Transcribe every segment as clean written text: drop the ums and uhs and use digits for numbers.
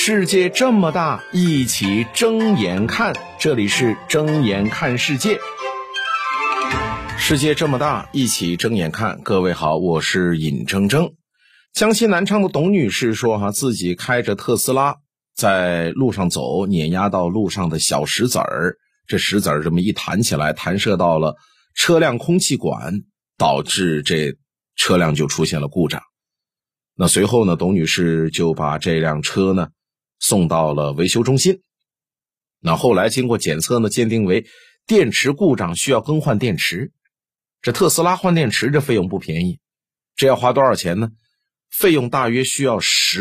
世界这么大，一起睁眼看。这里是睁眼看世界。世界这么大，一起睁眼看。各位好，我是尹铮铮。江西南昌的董女士说自己开着特斯拉在路上走，碾压到路上的小石子儿，这石子儿这么一弹起来，弹射到了车辆空气管，导致这车辆就出现了故障。那随后呢，董女士就把这辆车呢送到了维修中心。那后来经过检测呢，鉴定为电池故障，需要更换电池。这特斯拉换电池这费用不便宜，这要花多少钱呢？费用大约需要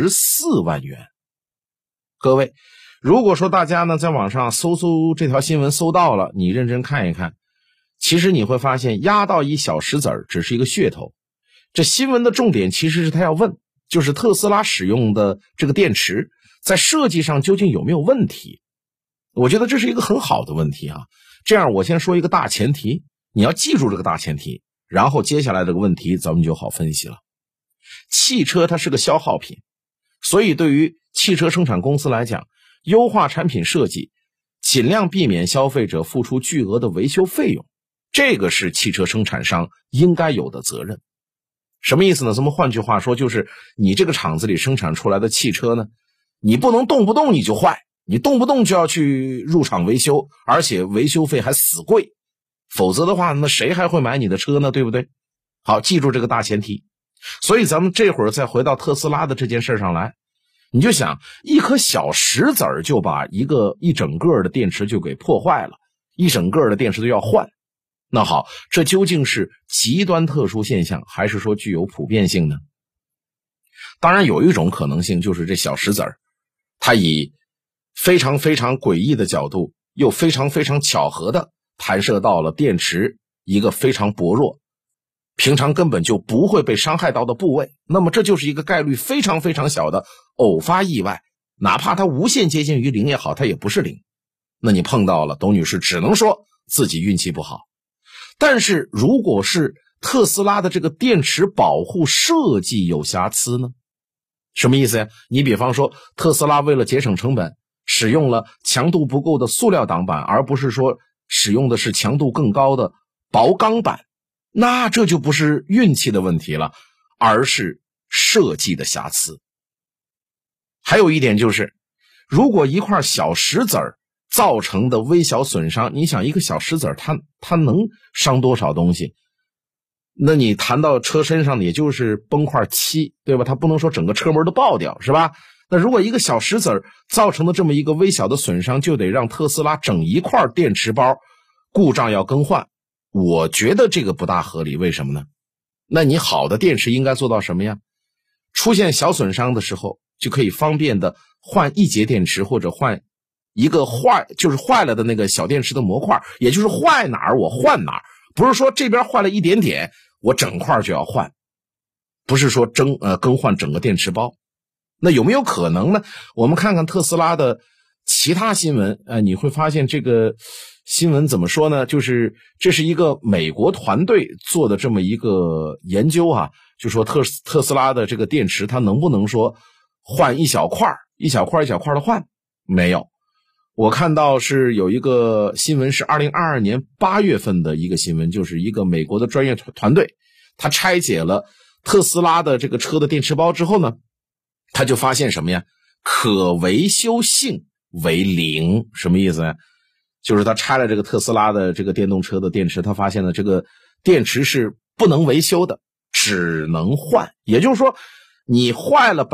14万元。各位，如果说大家呢在网上搜这条新闻搜到了，你认真看一看，其实你会发现压到一小石子儿只是一个噱头。这新闻的重点其实是他要问，就是特斯拉使用的这个电池在设计上究竟有没有问题。我觉得这是一个很好的问题啊。这样我先说一个大前提，你要记住这个大前提，然后接下来这个问题咱们就好分析了。汽车它是个消耗品，所以对于汽车生产公司来讲，优化产品设计，尽量避免消费者付出巨额的维修费用，这个是汽车生产商应该有的责任。什么意思呢？咱们换句话说，就是你这个厂子里生产出来的汽车呢，你不能动不动你就坏，你动不动就要去入厂维修，而且维修费还死贵，否则的话那谁还会买你的车呢，对不对？好，记住这个大前提。所以咱们这会儿再回到特斯拉的这件事上来，你就想一颗小石子儿就把一整个的电池就给破坏了，一整个的电池都要换。那好，这究竟是极端特殊现象，还是说具有普遍性呢？当然有一种可能性，就是这小石子儿它以非常非常诡异的角度，又非常非常巧合的弹射到了电池一个非常薄弱，平常根本就不会被伤害到的部位，那么这就是一个概率非常非常小的偶发意外，哪怕它无限接近于零也好，它也不是零。那你碰到了，董女士只能说自己运气不好。但是如果是特斯拉的这个电池保护设计有瑕疵呢？什么意思呀？你比方说特斯拉为了节省成本，使用了强度不够的塑料挡板，而不是说使用的是强度更高的薄钢板，那这就不是运气的问题了，而是设计的瑕疵。还有一点就是，如果一块小石子儿造成的微小损伤，你想一个小石子儿它能伤多少东西？那你弹到车身上也就是崩块漆，对吧？它不能说整个车门都爆掉，是吧？那如果一个小石子儿造成的这么一个微小的损伤，就得让特斯拉整一块电池包故障要更换，我觉得这个不大合理。为什么呢？那你好的电池应该做到什么呀？出现小损伤的时候就可以方便的换一节电池，或者换一个就是坏了的那个小电池的模块，也就是坏哪儿我换哪儿，不是说这边坏了一点点我整块就要换，不是说更换整个电池包。那有没有可能呢？我们看看特斯拉的其他新闻，你会发现这个新闻怎么说呢？就是这是一个美国团队做的这么一个研究啊，就说特斯拉的这个电池它能不能说换一小块一小块的换？没有。我看到是有一个新闻，是2022年8月份的一个新闻，就是一个美国的专业团队，他拆解了特斯拉的这个车的电池包之后呢，他就发现什么呀？可维修性为0。什么意思呢？就是他拆了这个特斯拉的这个电动车的电池，他发现了这个电池是不能维修的，只能换。也就是说你坏了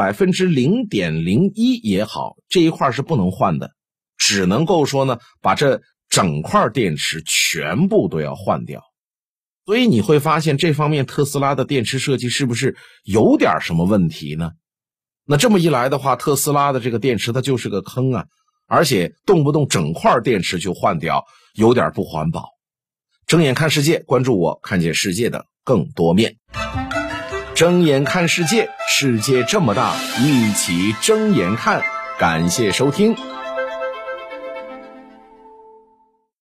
0.01% 也好，这一块是不能换的，只能够说呢把这整块电池全部都要换掉。所以你会发现这方面特斯拉的电池设计是不是有点什么问题呢？那这么一来的话，特斯拉的这个电池它就是个坑啊，而且动不动整块电池就换掉，有点不环保。睁眼看世界，关注我，看见世界的更多面。睁眼看世界，世界这么大，一起睁眼看。感谢收听。